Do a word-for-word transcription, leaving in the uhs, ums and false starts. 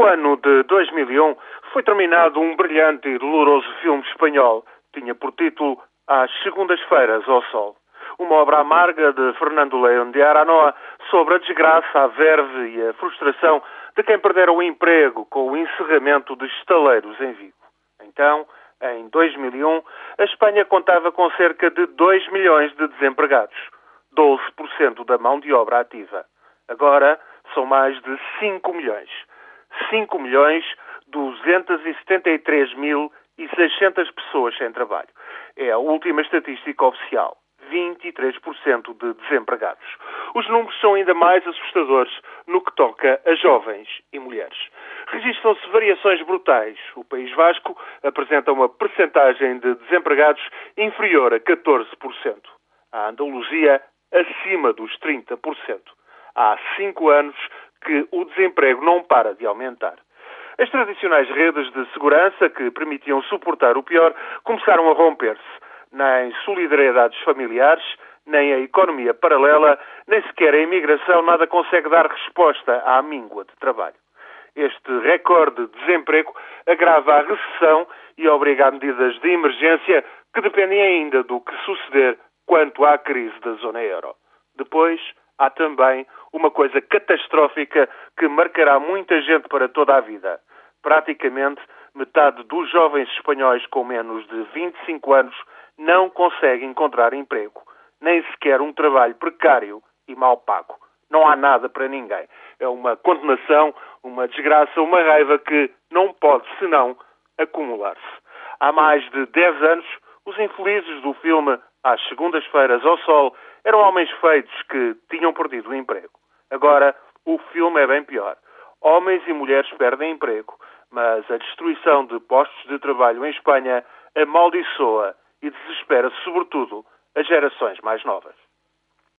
ano de dois mil e um foi terminado um brilhante e doloroso filme espanhol. Tinha por título Às Segundas-Feiras ao Sol. Uma obra amarga de Fernando León de Aranoa sobre a desgraça, a verve e a frustração de quem perdera o emprego com o encerramento de estaleiros em Vigo. Então, em dois mil e um, a Espanha contava com cerca de dois milhões de desempregados, doze por cento da mão de obra ativa. Agora são mais de cinco milhões. cinco milhões duzentos e setenta e três mil e seiscentas pessoas sem trabalho. É a última estatística oficial. vinte e três por cento de desempregados. Os números são ainda mais assustadores no que toca a jovens e mulheres. Registram-se variações brutais. O País Vasco apresenta uma percentagem de desempregados inferior a catorze por cento. A Andaluzia acima dos trinta por cento. Há cinco anos que o desemprego não para de aumentar. As tradicionais redes de segurança que permitiam suportar o pior começaram a romper-se. Nem solidariedades familiares, nem a economia paralela, nem sequer a imigração nada consegue dar resposta à míngua de trabalho. Este recorde de desemprego agrava a recessão e obriga a medidas de emergência que dependem ainda do que suceder quanto à crise da zona euro. Depois, há também uma coisa catastrófica que marcará muita gente para toda a vida. Praticamente metade dos jovens espanhóis com menos de vinte e cinco anos não consegue encontrar emprego, nem sequer um trabalho precário e mal pago. Não há nada para ninguém. É uma condenação, uma desgraça, uma raiva que não pode senão acumular-se. Há mais de dez anos, os infelizes do filme Às Segundas-Feiras ao Sol eram homens feitos que tinham perdido o emprego. Agora, o filme é bem pior. Homens e mulheres perdem emprego, mas a destruição de postos de trabalho em Espanha amaldiçoa e desespera, sobretudo, as gerações mais novas.